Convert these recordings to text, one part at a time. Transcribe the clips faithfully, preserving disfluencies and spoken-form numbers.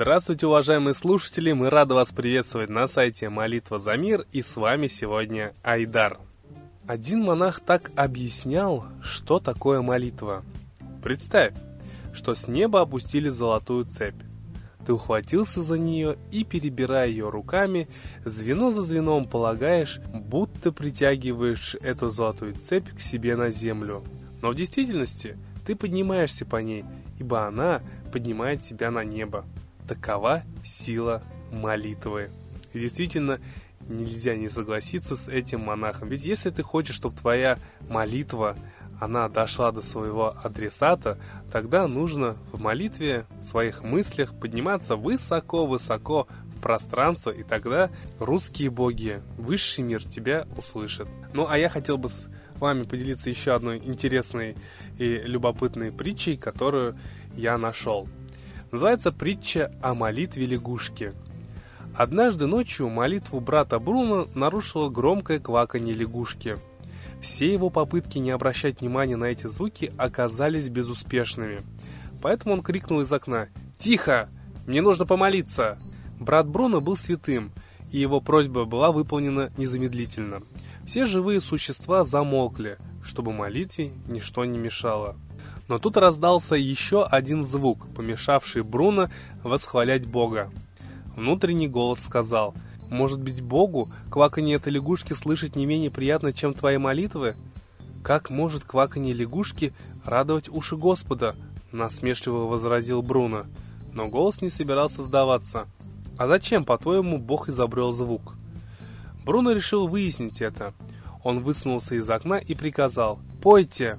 Здравствуйте, уважаемые слушатели! Мы рады вас приветствовать на сайте «Молитва за мир», и с вами сегодня Айдар. Один монах так объяснял, что такое молитва. Представь, что с неба опустили золотую цепь. Ты ухватился за нее и, перебирая ее руками, звено за звеном полагаешь, будто притягиваешь эту золотую цепь к себе на землю. Но в действительности ты поднимаешься по ней, ибо она поднимает тебя на небо. Такова сила молитвы. И действительно, нельзя не согласиться с этим монахом. Ведь если ты хочешь, чтобы твоя молитва, она дошла до своего адресата, тогда нужно в молитве, в своих мыслях подниматься высоко-высоко в пространство, и тогда русские боги, высший мир тебя услышат. Ну, а я хотел бы с вами поделиться еще одной интересной и любопытной притчей, которую я нашел. Называется притча о молитве лягушки. Однажды ночью молитву брата Бруно нарушило громкое кваканье лягушки. Все его попытки не обращать внимания на эти звуки оказались безуспешными. Поэтому он крикнул из окна: «Тихо! Мне нужно помолиться!» Брат Бруно был святым, и его просьба была выполнена незамедлительно. Все живые существа замолкли, чтобы молитве ничто не мешало. Но тут раздался еще один звук, помешавший Бруно восхвалять Бога. Внутренний голос сказал: «Может быть, Богу кваканье этой лягушки слышать не менее приятно, чем твои молитвы?» «Как может кваканье лягушки радовать уши Господа?» — насмешливо возразил Бруно. Но голос не собирался сдаваться. «А зачем, по-твоему, Бог изобрел звук?» Бруно решил выяснить это. Он высунулся из окна и приказал: «Пойте!»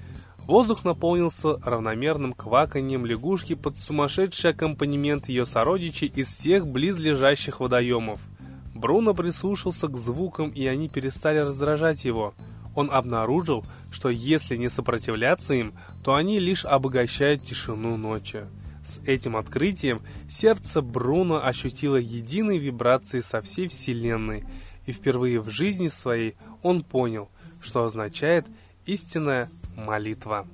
Воздух наполнился равномерным кваканьем лягушки под сумасшедший аккомпанемент ее сородичей из всех близлежащих водоемов. Бруно прислушался к звукам, и они перестали раздражать его. Он обнаружил, что если не сопротивляться им, то они лишь обогащают тишину ночи. С этим открытием сердце Бруно ощутило единые вибрации со всей Вселенной, и впервые в жизни своей он понял, что означает истинная молитва.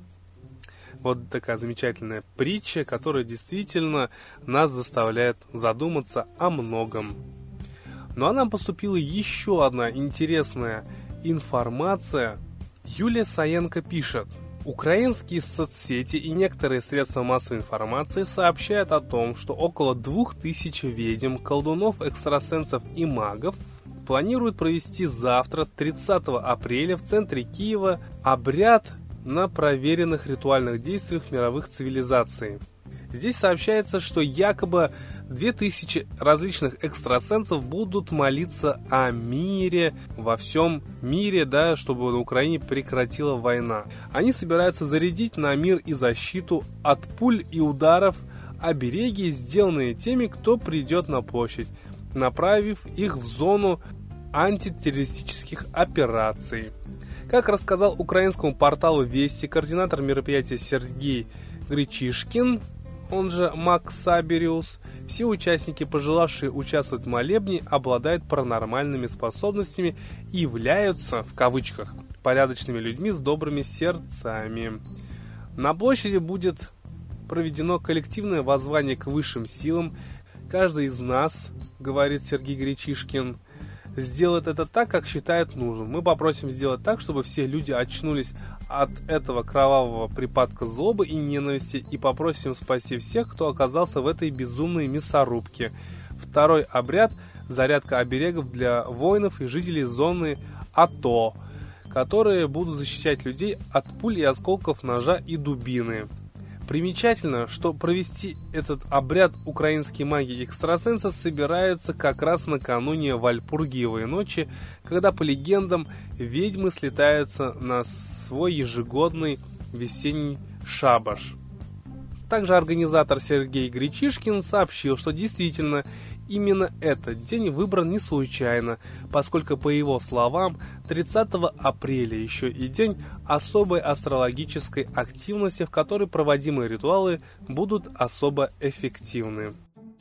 Вот такая замечательная притча, которая действительно нас заставляет задуматься о многом. Ну а нам поступила еще одна интересная информация. Юлия Саенко пишет: украинские соцсети и некоторые средства массовой информации сообщают о том, что около двух тысяч ведьм, колдунов, экстрасенсов и магов планируют провести завтра, тридцатого апреля, в центре Киева обряд на проверенных ритуальных действиях мировых цивилизаций. Здесь сообщается, что якобы две тысячи различных экстрасенсов будут молиться о мире во всем мире, да, чтобы на Украине прекратила война. Они собираются зарядить на мир и защиту от пуль и ударов обереги, сделанные теми, кто придет на площадь, направив их в зону антитеррористических операций. Как рассказал украинскому порталу «Вести» координатор мероприятия Сергей Гречишкин, он же Маг Сабериус, все участники, пожелавшие участвовать в молебне, обладают паранормальными способностями и являются, в кавычках, порядочными людьми с добрыми сердцами. На площади будет проведено коллективное воззвание к высшим силам. Каждый из нас, говорит Сергей Гречишкин, сделает это так, как считает нужным. Мы попросим сделать так, чтобы все люди очнулись от этого кровавого припадка злобы и ненависти, и попросим спасти всех, кто оказался в этой безумной мясорубке. Второй обряд – зарядка оберегов для воинов и жителей зоны АТО, которые будут защищать людей от пуль и осколков ножа и дубины. Примечательно, что провести этот обряд украинские маги и экстрасенсы собираются как раз накануне Вальпургиевой ночи, когда, по легендам, ведьмы слетаются на свой ежегодный весенний шабаш. Также организатор Сергей Гречишкин сообщил, что действительно именно этот день выбран не случайно, поскольку, по его словам, тридцатого апреля еще и день особой астрологической активности, в которой проводимые ритуалы будут особо эффективны.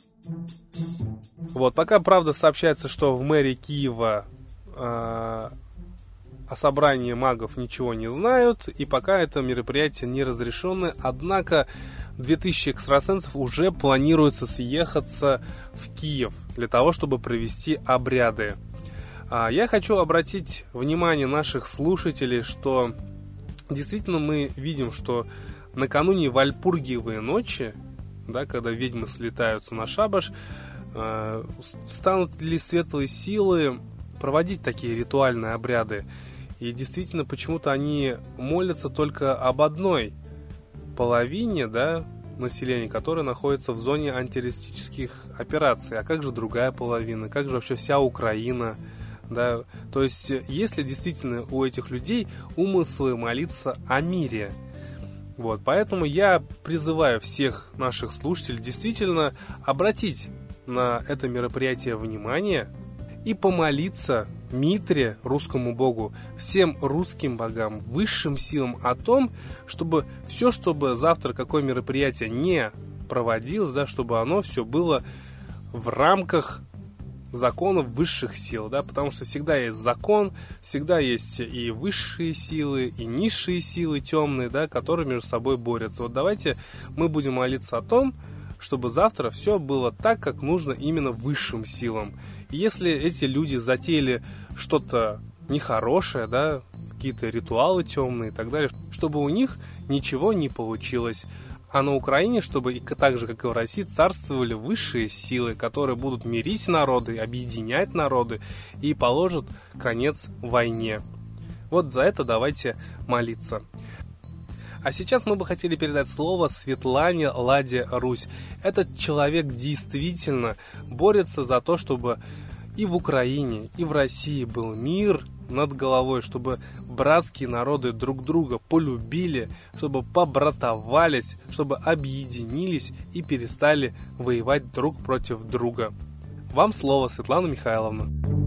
Вот, пока, правда, сообщается, что в мэрии Киева э, о собрании магов ничего не знают, и пока это мероприятие не разрешенное, однако две тысячи экстрасенсов уже планируется съехаться в Киев для того, чтобы провести обряды. Я хочу обратить внимание наших слушателей, что действительно мы видим, что накануне Вальпургиевой ночи, да, когда ведьмы слетаются на шабаш, станут ли светлые силы проводить такие ритуальные обряды. И действительно, почему-то они молятся только об одной половине, да, населения, которое находится в зоне антитеррористических операций. А как же другая половина? Как же вообще вся Украина? Да? То есть, есть ли действительно у этих людей умыслы молиться о мире? Вот, поэтому я призываю всех наших слушателей действительно обратить на это мероприятие внимание и помолиться Митре, русскому богу, всем русским богам, высшим силам о том, чтобы все, чтобы завтра какое мероприятие не проводилось, да, чтобы оно все было в рамках законов высших сил, да, потому что всегда есть закон, всегда есть и высшие силы, и низшие силы темные, да, которые между собой борются. Вот давайте мы будем молиться о том, чтобы завтра все было так, как нужно именно высшим силам. И если эти люди затеяли что-то нехорошее, да, какие-то ритуалы темные и так далее, чтобы у них ничего не получилось. А на Украине, чтобы и так же, как и в России, царствовали высшие силы, которые будут мирить народы, объединять народы и положат конец войне. Вот за это давайте молиться. А сейчас мы бы хотели передать слово Светлане Ладе Русь. Этот человек действительно борется за то, чтобы и в Украине, и в России был мир над головой, чтобы братские народы друг друга полюбили, чтобы побратовались, чтобы объединились и перестали воевать друг против друга. Вам слово, Светлана Михайловна.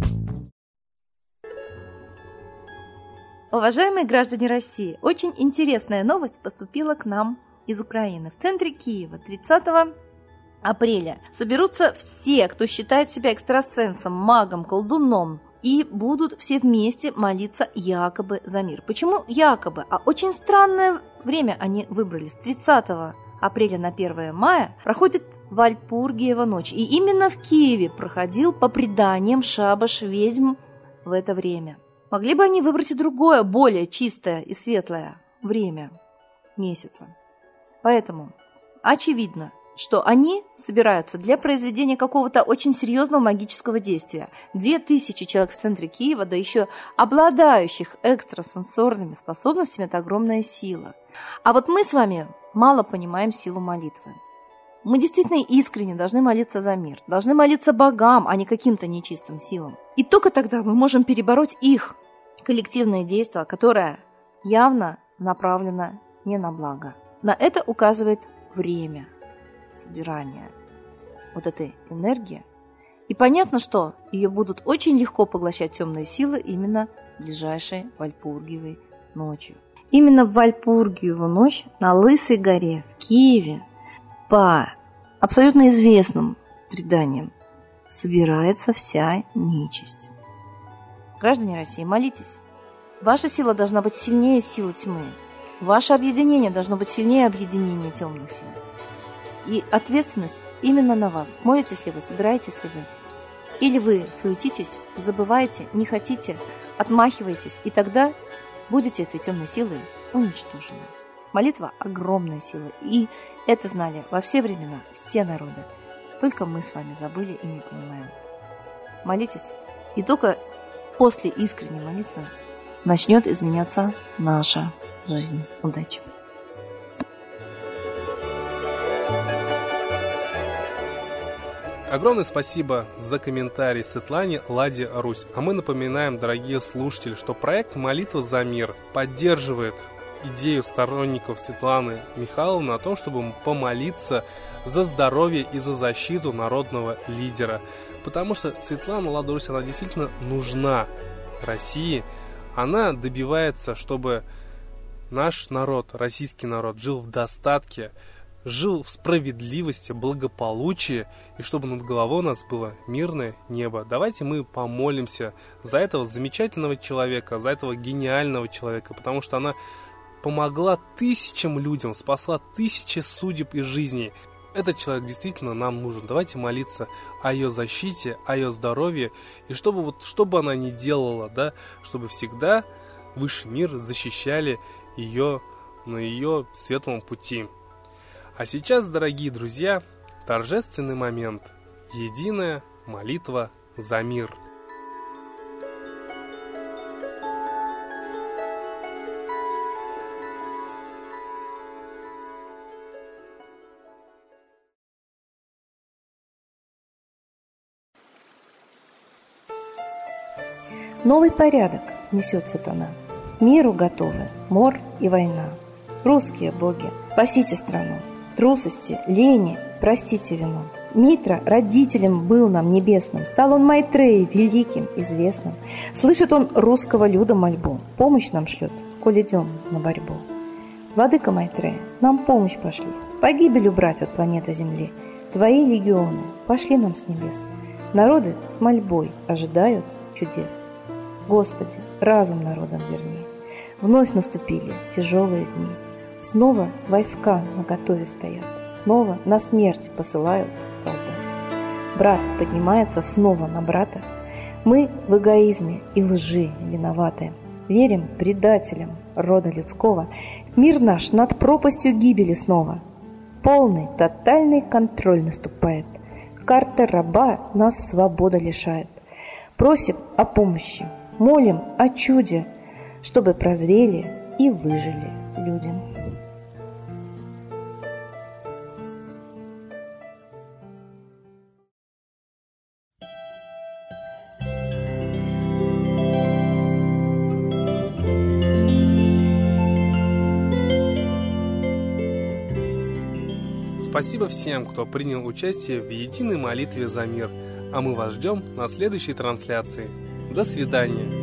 Уважаемые граждане России, очень интересная новость поступила к нам из Украины. В центре Киева тридцатого апреля соберутся все, кто считает себя экстрасенсом, магом, колдуном, и будут все вместе молиться якобы за мир. Почему якобы? А очень странное время они выбрали. С тридцатого апреля на первое мая проходит Вальпургиева ночь. И именно в Киеве проходил, по преданиям, шабаш ведьм в это время. Могли бы они выбрать и другое, более чистое и светлое время месяца. Поэтому очевидно, что они собираются для произведения какого-то очень серьезного магического действия. Две тысячи человек в центре Киева, да еще обладающих экстрасенсорными способностями, это огромная сила. А вот мы с вами мало понимаем силу молитвы. Мы действительно искренне должны молиться за мир, должны молиться богам, а не каким-то нечистым силам. И только тогда мы можем перебороть их коллективное действие, которое явно направлено не на благо. На это указывает время собирания вот этой энергии. И понятно, что ее будут очень легко поглощать темные силы именно ближайшей Вальпургиевой ночью. Именно в Вальпургиеву ночь на Лысой горе в Киеве по абсолютно известным преданиям собирается вся нечисть. Граждане России, молитесь. Ваша сила должна быть сильнее силы тьмы. Ваше объединение должно быть сильнее объединения темных сил. И ответственность именно на вас. Молитесь ли вы, собираетесь ли вы? Или вы суетитесь, забываете, не хотите, отмахиваетесь, и тогда будете этой темной силой уничтожены. Молитва – огромная сила, и это знали во все времена все народы. Только мы с вами забыли и не понимаем. Молитесь, и только после искренней молитвы начнет изменяться наша жизнь. Удачи! Огромное спасибо за комментарий Светлане Ладе Русь. А мы напоминаем, дорогие слушатели, что проект «Молитва за мир» поддерживает идею сторонников Светланы Михайловны о том, чтобы помолиться за здоровье и за защиту народного лидера. Потому что Светлана Лада Русь, она действительно нужна России. Она добивается, чтобы наш народ, российский народ, жил в достатке, жил в справедливости, благополучии, и чтобы над головой у нас было мирное небо. Давайте мы помолимся за этого замечательного человека, за этого гениального человека, потому что она помогла тысячам людям, спасла тысячи судеб и жизней. Этот человек действительно нам нужен. Давайте молиться о ее защите, о ее здоровье, и чтобы вот, что бы она ни делала, да, чтобы всегда высший мир защищали ее на ее светлом пути. А сейчас, дорогие друзья, торжественный момент. Единая молитва за мир. Новый порядок несет сатана. Миру готовы мор и война. Русские боги, спасите страну. Трусости, лени, простите вину. Митра родителем был нам небесным, стал он Майтреей великим, известным. Слышит он русского люда мольбу, помощь нам шлет, коль идем на борьбу. Владыка Майтрея, нам помощь пошли, погибель убрать от планеты Земли. Твои легионы пошли нам с небес. Народы с мольбой ожидают чудес. Господи, разум народам верни. Вновь наступили тяжелые дни. Снова войска наготове стоят. Снова на смерть посылают солдат. Брат поднимается снова на брата. Мы в эгоизме и лжи виноваты. Верим предателям рода людского. Мир наш над пропастью гибели снова. Полный, тотальный контроль наступает. Карта раба нас свобода лишает. Просим о помощи. Молим о чуде, чтобы прозрели и выжили люди. Спасибо всем, кто принял участие в единой молитве за мир, а мы вас ждем на следующей трансляции. До свидания.